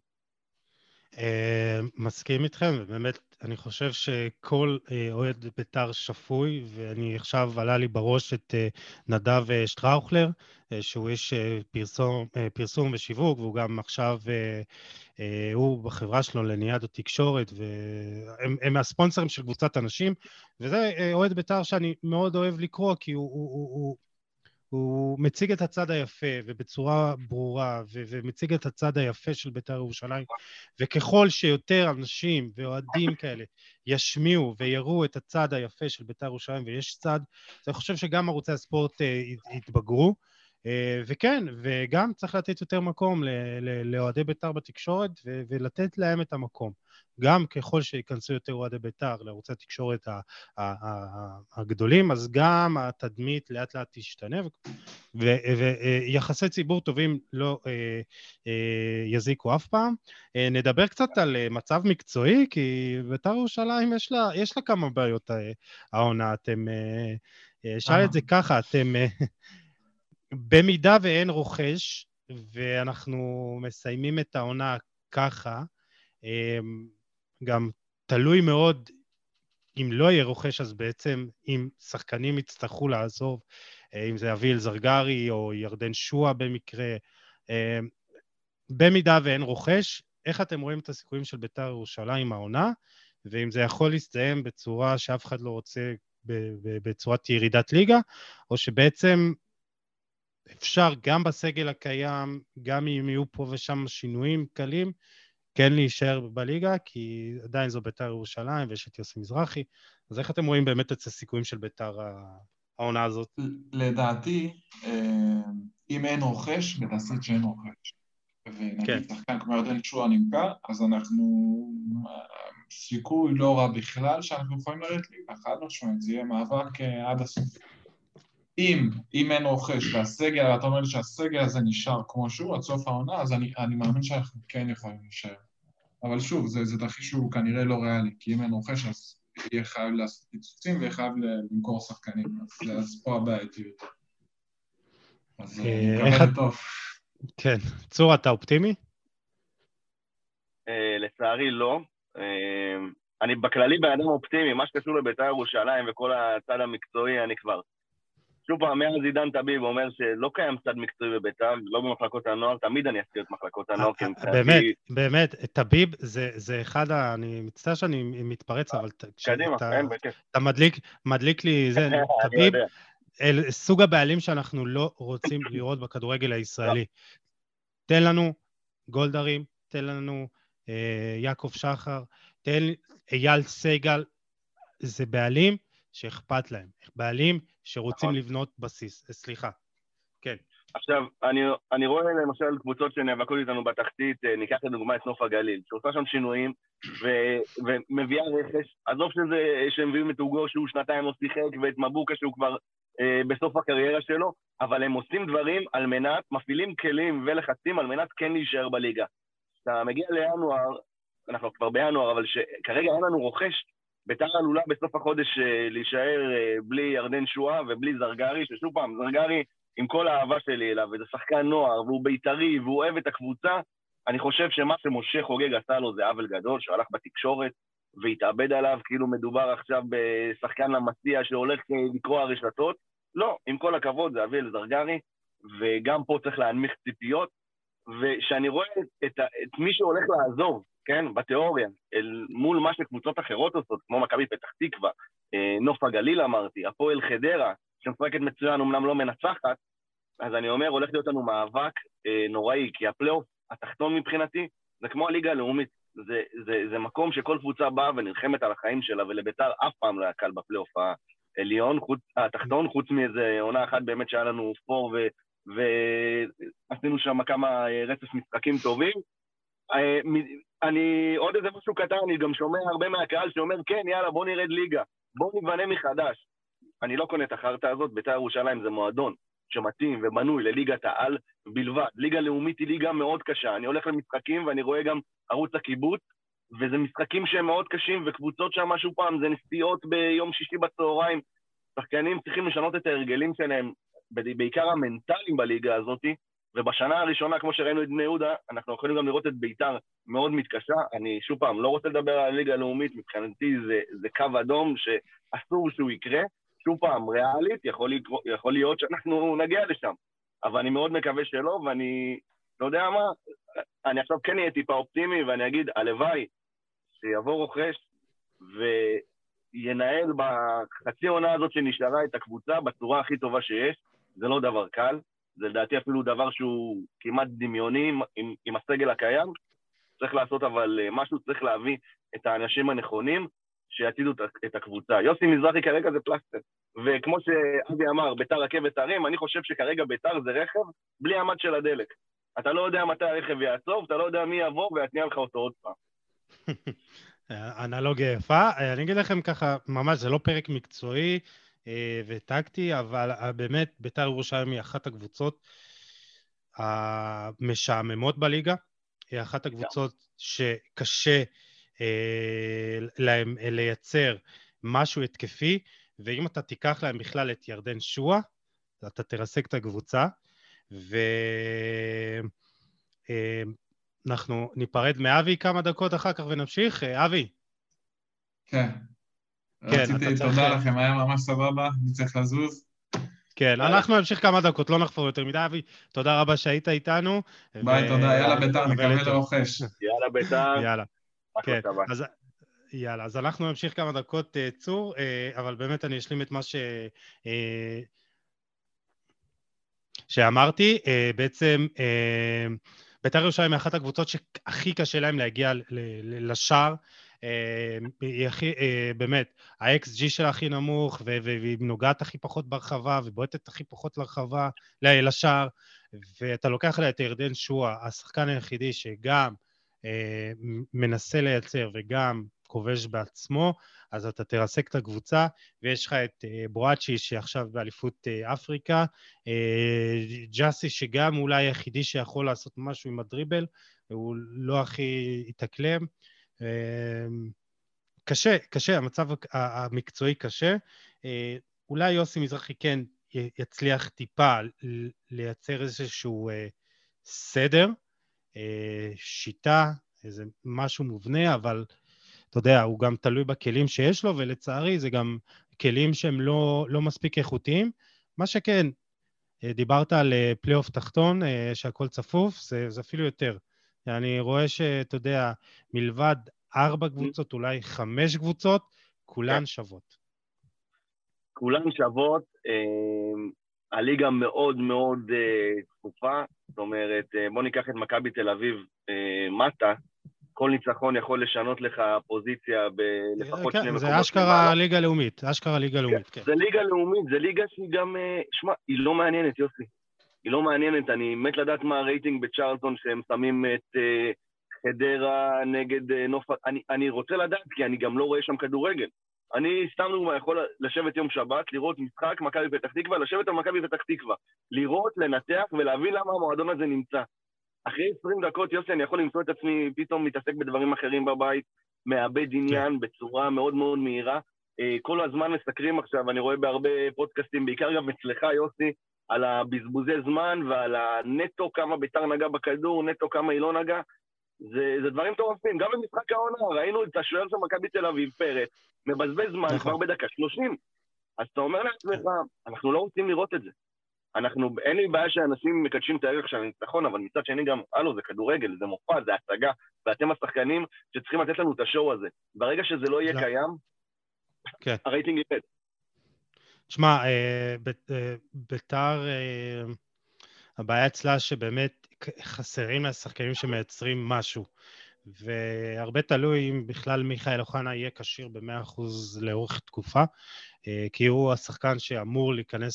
מסכים איתכם, ובאמת אני חושב שכל אוהד בית"ר שפוי, ואני עכשיו עלה לי בראש את נדב שטראוכלר, שהוא איש פרסום ושיווק, והוא גם עכשיו, הוא בחברה שלו לניאדו תקשורת, והם מהספונסרים של קבוצת אנשים, וזה אוהד בית"ר שאני מאוד אוהב לקרוא, כי הוא מציג את הצד היפה ובצורה ברורה, ומציג את הצד היפה של בית"ר ירושלים, וככל שיותר אנשים ואוהדים כאלה ישמיעו ויראו את הצד היפה של בית"ר ירושלים, ויש צד, אז אני חושב שגם ערוצי הספורט יתבגרו, וכן, וגם צריך לתת יותר מקום לאוהדי בית"ר בתקשורת, ולתת להם את המקום. גם ככל שיכנסו יותר אוהדי בית"ר לערוצי התקשורת הגדולים, אז גם התדמית לאט לאט תשתנה, ויחסי ציבור טובים לא יזיקו אף פעם. נדבר קצת על מצב מקצועי, כי בית"ר ירושלים יש לה כמה בעיות העונה. שאל את זה ככה, אתם במידה ואין רוכש, ואנחנו מסיימים את העונה ככה, גם תלוי מאוד, אם לא יהיה רוכש, אז בעצם אם שחקנים יצטרכו לעזוב, אם זה אביל זרגרי או ירדן שואה במקרה, במידה ואין רוכש, איך אתם רואים את הסיכויים של בית"ר ירושלים העונה, ואם זה יכול להסתיים בצורה שאף אחד לא רוצה, בצורת ירידת ליגה, או שבעצם אפשר גם בסגל הקיים, גם אם יהיו פה ושם שינויים קלים, כן להישאר בליגה, כי עדיין זו בית"ר ירושלים, ויש את יוסי מזרחי. אז איך אתם רואים באמת את הסיכויים של בית"ר העונה הזאת? לדעתי, אם אין רוכש, בתעשית שאין רוכש. ונגיד שחקן כמו ירדן שואה נמכר, אז אנחנו סיכוי לא רע בכלל שאנחנו יכולים לרדת ליגה, חד משמעית, זה יהיה מאבק עד הסוף. אם אין רוכש והסגל, אתה אומר לי שהסגל הזה נשאר כמו שהוא עד סוף העונה, אז אני מאמין שאנחנו כן יכולים להישאר. אבל שוב, זה תרחיש שהוא כנראה לא ריאלי, כי אם אין רוכש, אז יהיה חייב לעשות פיצוצים ויהיה חייב למכור שחקנים, אז פה הבעייתיות. אז אני מקווה לטוב. כן. צור, אתה אופטימי? לצערי לא. אני בכללי באדם אופטימי, מה שקשור לבית"ר ירושלים וכל הצד המקצועי, אני כבר שוב פעם, מאז עידן טביב אומר שלא קיים צד מקצועי בבית"ר, לא במחלקות הנוער, תמיד אני אזכיר את מחלקות הנוער. באמת, טביב זה אחד, אני מצטער שאני מתפרץ, אבל אתה מדליק לי, זה טביב, סוג הבעלים שאנחנו לא רוצים לראות בכדורגל הישראלי. תן לנו גולדהרים, תן לנו יעקב שחר, תן אייל סגל, זה בעלים שאכפת להם, בעלים שרוצים לבנות בסיס. סליחה. כן. עכשיו, אני רואה למשל קבוצות שנאבקות איתנו בתחתית, ניקח לדוגמה את נוף הגליל, שעושה שם שינויים ומביאה רכש, עזוב שהם מביאים את אוגו שהוא שנתיים לא שיחק, ואת מבוקה שהוא כבר בסוף הקריירה שלו, אבל הם עושים דברים על מנת, מפעילים כלים ולחצים על מנת כן להישאר בליגה. אתה מגיע לינואר, אנחנו כבר בינואר, אבל שכרגע אין לנו רוכש, ביתר עלולה בסוף החודש להישאר בלי ירדן שואה ובלי זרגרי, ששוב פעם, זרגרי עם כל האהבה שלי אליו, וזה שחקן נוער, והוא בית"רי, והוא אוהב את הקבוצה, אני חושב שמה שמשה חוגג עשה לו זה עוול גדול, שהלך בתקשורת והתאבד עליו, כאילו מדובר עכשיו בשחקן למסיע שהולך לקרוא הרשתות. לא, עם כל הכבוד, זה אביאל זרגרי, וגם פה צריך להנמיך ציפיות, ושאני רואה את מי שהולך לעזוב, כן, בתיאוריה, מול מה שקבוצות אחרות עושות, כמו מכבי פתח תקווה, נוף הגליל אמרתי, הפועל חדרה, שמשחקת מצוין, אמנם לא מנצחת, אז אני אומר, הולך להיות לנו מאבק נוראי, כי הפלייאוף התחתון מבחינתי, זה כמו הליגה הלאומית, זה מקום שכל קבוצה באה ונלחמת על החיים שלה, ולביתר אף פעם לא היה קל בפלייאוף העליון, התחתון, חוץ מאיזה עונה אחת באמת שהיה לנו ספור, ועשינו שם כמה רצף משחקים טובים. אני, עוד איזה משהו קטן, אני גם שומע הרבה מהקהל שאומר, כן, יאללה, בוא נרד ליגה, בוא נבנה מחדש. אני לא קונה את החרטה הזאת, בית"ר ירושלים זה מועדון שמתאים ובנוי לליגת העל בלבד. ליגה לאומית היא ליגה מאוד קשה. אני הולך למשחקים ואני רואה גם ערוץ הקיבוץ, וזה משחקים שהם מאוד קשים, וקבוצות שם משהו פעם, זה נסיעות ביום שישי בצהריים. שחקנים צריכים לשנות את ההרגלים שלהם, בעיקר המנטליים בליגה הזאת, ובשנה הראשונה, כמו שראינו את בני יהודה, אנחנו יכולים גם לראות את בית"ר מאוד מתקשה. אני שוב פעם לא רוצה לדבר על הליגה הלאומית, מבחינתי זה קו אדום שאסור שהוא יקרה. שוב פעם, ריאלית, יכול להיות שאנחנו נגיע לשם, אבל אני מאוד מקווה שלא, ואני לא יודע מה, אני עכשיו כן אהיה טיפה אופטימי, ואני אגיד, הלוואי שיבוא רוכש וינהל בחצי עונה הזאת שנשארה את הקבוצה בצורה הכי טובה שיש. זה לא דבר קל, זה לדעתי אפילו דבר שהוא כמעט דמיוני עם הסגל הקיים. צריך לעשות אבל משהו, צריך להביא את האנשים הנכונים שיצידו את הקבוצה. יוסי מזרחי כרגע זה פלסטר, וכמו שאבי אמר, ביתר רכבת הרים, אני חושב שכרגע ביתר זה רכב בלי המד של הדלק. אתה לא יודע מתי הרכב יעצור, אתה לא יודע מי יבוא ויתניע לך אותו עוד פעם. אנלוגיה יפה. אני אגיד לכם ככה, ממש זה לא פרק מקצועי וטקטי, אבל באמת ביתר ירושלים היא אחת הקבוצות המשעממות בליגה, היא אחת הקבוצות שקשה להם לייצר משהו התקפי, ואם אתה תיקח להם בכלל את ירדן שואה, אתה תרסק את הקבוצה, ואנחנו ניפרד מאבי כמה דקות אחר כך ונמשיך. אבי. כן. רציתי, תודה לכם, היה ממש סבבה, אני צריך לזוז. כן, אנחנו נמשיך כמה דקות, לא נחפור יותר מדי. אבי, תודה רבה שהיית איתנו. ביי, תודה, יאללה ביתר, נקווה לרוכש. יאללה ביתר. יאלה. כן, אז יאללה, אז אנחנו נמשיך כמה דקות צור, אבל באמת אני אשלים את מה שאמרתי. בעצם ביתר ירושלים היא אחת הקבוצות שהכי קשה להם להגיע לשער, באמת, ה-XG שלה הכי נמוך, והיא נוגעת הכי פחות ברחבה, ובועטת הכי פחות לרחבה, לשער, ואתה לוקח לה את ירדן שואה, השחקן היחידי שגם מנסה לייצר וגם כובש בעצמו, אז אתה תרסק את הקבוצה, ויש לך את בואצ'י שעכשיו באליפות אפריקה, ג'אסי שגם אולי היחידי שיכול לעשות משהו עם הדריבל, הוא לא הכי יתקלם, קשה, המצב המקצועי קשה, אולי יוסי מזרחי כן יצליח טיפה לייצר איזשהו סדר, שיטה, איזה משהו מובנה, אבל אתה יודע, הוא גם תלוי בכלים שיש לו, ולצערי זה גם כלים שהם לא מספיק איכותיים. מה שכן, דיברת על פלייאוף תחתון, שהכל צפוף, זה אפילו יותר. אני רואה שאתה יודע, מלבד 4 קבוצות, אולי 5 קבוצות, כולן שוות. כולן שוות, הליגה מאוד מאוד צפופה, זאת אומרת, בוא ניקח את מכבי תל אביב מטה, כל ניצחון יכול לשנות לך פוזיציה בלפחות 2 מקומות. זה אשכרה ליגה לאומית, אשכרה ליגה לאומית, כן. זה ליגה לאומית, זה ליגה שהיא גם, שמע, היא לא מעניינת, יוסי. היא לא מעניינת, אני מת לדעת מה הרייטינג בצ'ארלטון שהם שמים את חדרה נגד נוף, אני רוצה לדעת, כי אני גם לא רואה שם כדורגל. אני סתם דוגמה יכול לשבת יום שבת, לראות משחק מכבי פתח תקווה, לשבת על מכבי פתח תקווה, לראות, לנתח ולהבין למה המועדון הזה נמצא. אחרי 20 דקות, יוסי, אני יכול למצוא את עצמי פתאום מתעסק בדברים אחרים בבית, מאבד עניין בצורה מאוד מאוד מהירה. כל הזמן מסקרים עכשיו, אני רואה בהרבה פודקאסטים, בעיקר גם אצלך, יוסי, על הבזבוזי זמן ועל הנטו כמה ביתר נגע בכדור, נטו כמה היא לא נגע. זה דברים טורפים. גם במשחק העונה, ראינו את השוער של מכבי תל אביב, פרץ, מבזבז זמן כבר בדקה 30. אז אתה אומר לעצמך, אנחנו לא רוצים לראות את זה. אין לי בעיה שאנשים מקדשים את הערך של הניצחון, אבל מצד שני גם, זה כדורגל, זה מופע, זה הצגה, ואתם השחקנים שצריכים לתת לנו את השואו הזה. ברגע שזה לא יהיה קיים, הרייטינג ירד. תשמע, ביתר, הבעיה אצלה שבאמת חסרים לשחקנים שמייצרים משהו, והרבה תלוי אם בכלל מיכאל אוחנה יהיה כשיר ב-100% לאורך תקופה, כי הוא השחקן שאמור להיכנס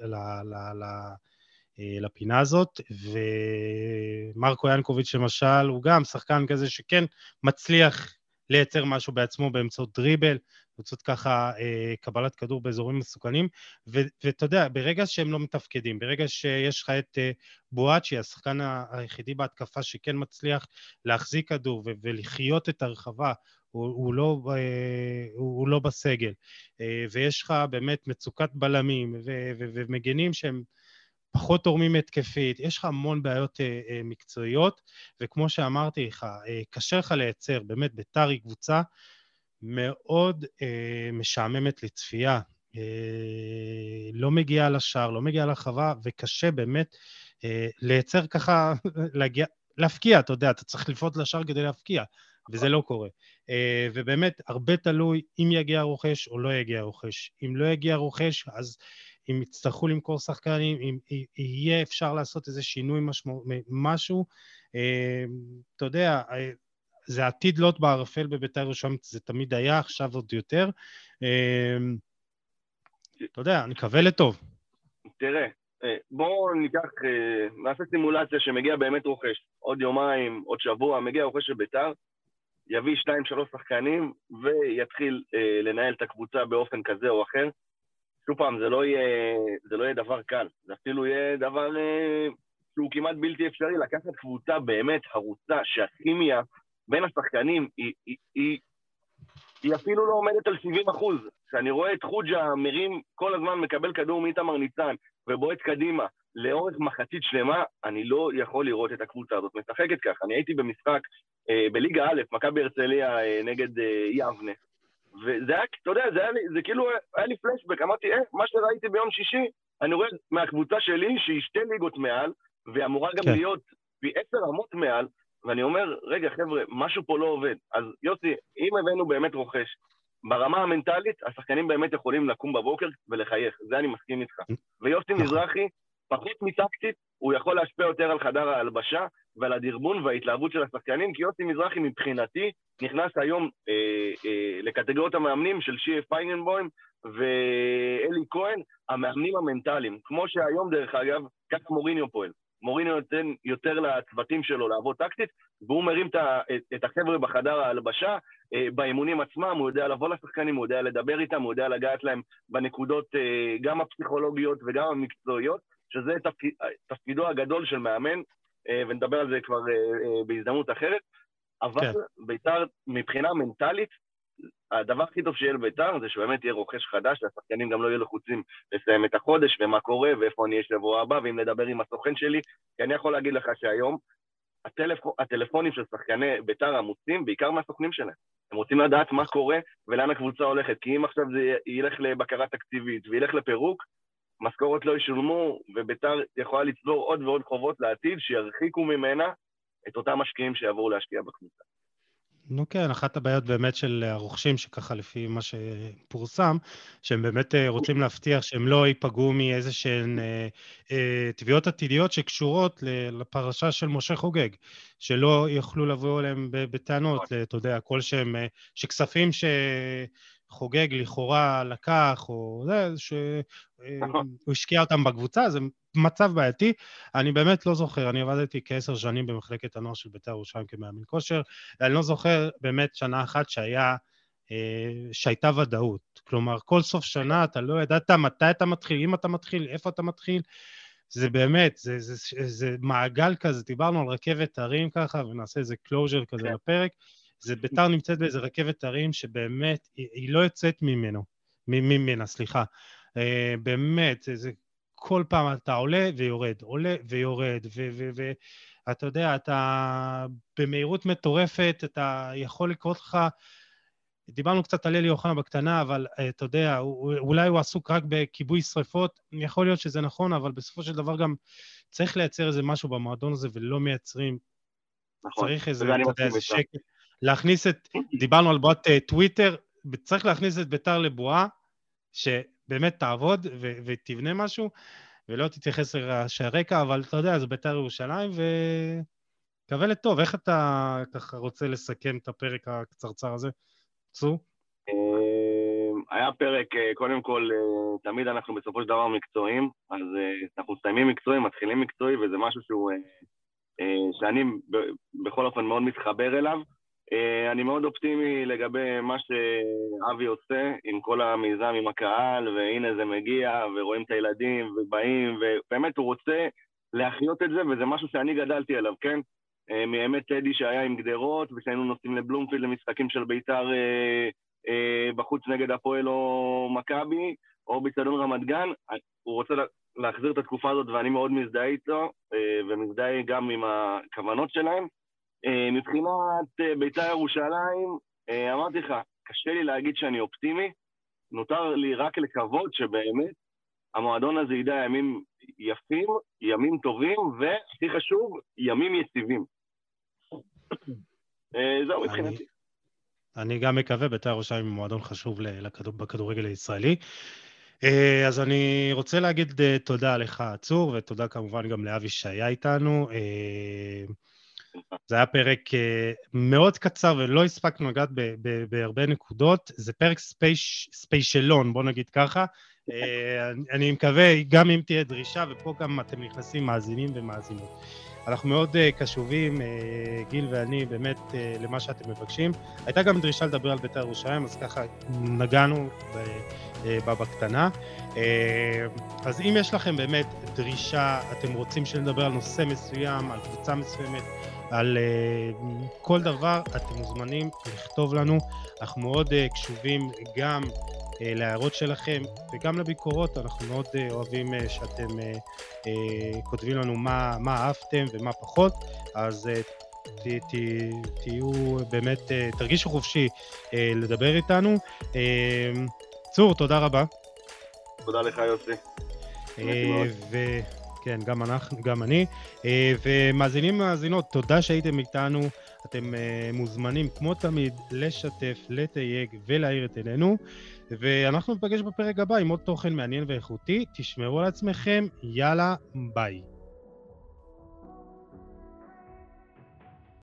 לפינה הזאת, ומרקו ינקוביץ' למשל, הוא גם שחקן כזה שכן מצליח לייצר משהו בעצמו באמצעות דריבל, באמצעות ככה קבלת כדור באזורים מסוכנים, ואתה יודע, ברגע שהם לא מתפקדים, ברגע שיש לך את בואצ'י, השחקן היחידי בהתקפה שכן מצליח להחזיק כדור ולחיות את הרחבה, הוא לא בסגל, ויש לך באמת מצוקת בלמים ומגנים שהם פחות תורמים התקפית, יש לך המון בעיות מקצועיות, וכמו שאמרתי לך, קשה לך לייצר, באמת ביתר היא קבוצה מאוד משעממת לצפייה, לא מגיעה לשער, לא מגיעה לחווה, וקשה באמת לייצר ככה, להפקיע, אתה יודע, אתה צריך לפעוט לשער כדי להפקיע, וזה לא קורה. ובאמת, הרבה תלוי אם יגיע רוכש או לא יגיע רוכש. אם לא יגיע רוכש, אז אם יצטרכו למכור שחקנים, אם יהיה אפשר לעשות איזה שינוי משהו, אתה יודע, זה עתיד לוט בערפל בביתר ירושלים, זה תמיד היה, עכשיו עוד יותר. אתה יודע, אני מקווה לטוב. תראה, בואו נעשה סימולציה שמגיע באמת רוכש, עוד יומיים, עוד שבוע, מגיע רוכש של ביתר, יביא 2-3 שחקנים, ויתחיל לנהל את הקבוצה באופן כזה או אחר. שוב פעם, זה לא יהיה דבר קל, זה אפילו יהיה דבר שהוא כמעט בלתי אפשרי, לקחת קבוצה באמת הרוצה, שהכימיה בין השחקנים היא אפילו לא עומדת על 70%. כשאני רואה את חוג'ה מרים כל הזמן מקבל כדור מאיתמר ניצן ובועט קדימה לאורך מחצית שלמה, אני לא יכול לראות את הקבוצה הזאת משחקת ככה. אני הייתי במשחק בליגה א', מכבי הרצליה נגד יבנה, וזה היה, אתה יודע, זה כאילו היה לי פלשבק, אמרתי, מה שראיתי ביום שישי, אני רואה מהקבוצה שלי שהיא 2 ליגות מעל, ואמורה גם להיות פי 10 רמות מעל, ואני אומר, רגע חבר'ה, משהו פה לא עובד. אז יוסי, אם הבאנו באמת רוכש, ברמה המנטלית, השחקנים באמת יכולים לקום בבוקר ולחייך, זה אני מסכים איתך. ויוסי מזרחי, פחות מטקטית, הוא יכול להשפיע יותר על חדר ההלבשה, ועל הדרבון וההתלהבות של השחקנים, כי יוסי מזרחי מבחינתי נכנס היום לקטגוריות המאמנים של שיה פיינגנבוים ואלי כהן, המאמנים המנטליים. כמו שהיום דרך אגב, ככה מוריניו פועל. מוריניו נותן יותר לצוותים שלו לעבוד טקטית, והוא מרים את החבר'ה בחדר ההלבשה, באימונים עצמם, הוא יודע לבוא לשחקנים, הוא יודע לדבר איתם, הוא יודע לגעת להם בנקודות גם הפסיכולוגיות וגם המקצועיות, שזה תפקידו הגדול של מאמן, ונדבר על זה כבר בהזדמנות אחרת, אבל ביתר מבחינה מנטלית, הדבר הכי טוב שיהיה לביתר זה שבאמת יהיה רוכש חדש, והשחקנים גם לא יהיו לחוצים לסיים את החודש, ומה קורה, ואיפה אני יש שבוע הבא, ואם לדבר עם הסוכן שלי, כי אני יכול להגיד לך שהיום, הטלפונים של שחקני ביתר עמוסים, בעיקר מהסוכנים שלהם. הם רוצים לדעת מה קורה ולאן הקבוצה הולכת, כי אם עכשיו זה ילך לבקרה תקציבית וילך לפירוק, משכורות לא ישולמו, וביתר יכולה לצבור עוד ועוד חובות לעתיד, שירחיקו ממנה את אותם משקיעים שיעברו להשקיע בקבוצה. נו כן, אחת הבעיות באמת של הרוכשים, שככה לפי מה שפורסם, שהם באמת רוצים להבטיח שהם לא ייפגעו מאיזה שהן תביעות עתידיות שקשורות לפרשה של משה חוגג, שלא יוכלו לבוא אליהם בטענות, אתה יודע, כל שהם, שכספים שחוגג לכאורה לקח, או זה, שהוא השקיע אותם בקבוצה, זה מצב בעייתי. אני באמת לא זוכר, אני עבדתי כ10 שנים במחלקת הנוער של בית"ר ירושלים כמאמן כושר, אני לא זוכר באמת שנה אחת שהייתה ודאות. כלומר, כל סוף שנה אתה לא ידעת מתי אתה מתחיל, אם אתה מתחיל, איפה אתה מתחיל. זה באמת, זה מעגל כזה, דיברנו על רכבת הרים ככה, ונעשה איזה closure כזה לפרק. זה ביתר נמצאת באיזה רכבת הרים שבאמת, היא לא יוצאת ממנה, סליחה. באמת, זה כל פעם אתה עולה ויורד, ואתה יודע, אתה במהירות מטורפת, אתה יכול לקרות לך, דיברנו קצת על אלי אוחנה בקטנה, אבל אתה יודע, אולי הוא עסוק רק בכיבוי שריפות, יכול להיות שזה נכון, אבל בסופו של דבר גם צריך לייצר איזה משהו במועדון הזה, ולא מייצרים, נכון. צריך איזה, אתה יודע, איזה איתך. שקל. להכניס דיברנו על בועת טוויטר, צריך להכניס את ביתר לבועה, שבאמת תעבוד ותבנה משהו, ולא תתייחס לרעשי הרקע, אבל אתה יודע, זה ביתר ירושלים, וקווה לטוב. איך אתה ככה רוצה לסכם את הפרק הקצרצר הזה? צור? היה פרק, קודם כל, תמיד אנחנו בסופו של דבר מקצועיים, אז אנחנו מסיימים מקצועיים, מתחילים מקצועי, וזה משהו שאני בכל אופן מאוד מתחבר אליו. אני מאוד אופטימי לגבי מה שאבי עושה עם כל המיזם, עם הקהל, והנה זה מגיע, ורואים את הילדים, ובאים, ובאמת הוא רוצה להחיות את זה, וזה משהו שאני גדלתי עליו, כן? מאמת טדי שהיה עם גדרות, ושהיינו נוסעים לבלומפילד למשחקים של ביתר בחוץ נגד הפועל או מכבי, או בצדון רמת גן, הוא רוצה להחזיר את התקופה הזאת, ואני מאוד מזדהה איתו, ומזדהה גם עם הכוונות שלהם. מבחינת ביתר ירושלים, אמרתי לך, קשה לי להגיד שאני אופטימי, נותר לי רק לקוות שבאמת המועדון הזה ידע ימים יפים, ימים טובים, והכי חשוב, ימים יציבים. זהו מבחינתי. אני גם מקווה, ביתר ירושלים היא מועדון חשוב בכדורגל הישראלי. אז אני רוצה להגיד תודה לך, צור, ותודה כמובן גם לאבי שהיה איתנו. זה היה פרק מאוד קצר ולא הספקנו לגעת בהרבה נקודות. זה פרק ספיישלון, בוא נגיד ככה. אני מקווה גם אם תהיה דרישה, ופה גם אתם נכנסים מאזינים ומאזינות. אנחנו מאוד קשובים, גיל ואני, באמת למה שאתם מבקשים. הייתה גם דרישה לדבר על ביתר ירושלים, אז ככה נגענו בקטנה. אז אם יש לכם באמת דרישה, אתם רוצים שנדבר על נושא מסוים, על קבוצה מסוימת, על כל דבר, אתם מוזמנים לכתוב לנו. אנחנו מאוד קשובים גם להערות שלכם וגם לביקורות. אנחנו מאוד אוהבים שאתם כותבים לנו מה אהבתם ומה פחות, אז תהיו באמת, תרגישו חופשי לדבר איתנו. צור, תודה רבה. תודה לך יוסי. כן, גם אני. ומאזינים ומאזינות, תודה שהייתם איתנו. אתם מוזמנים כמו תמיד לשתף, לתייג ולהאיר את עינינו, ואנחנו נפגש בפרק הבא עם עוד תוכן מעניין ואיכותי. תשמרו על עצמכם, יאללה, ביי.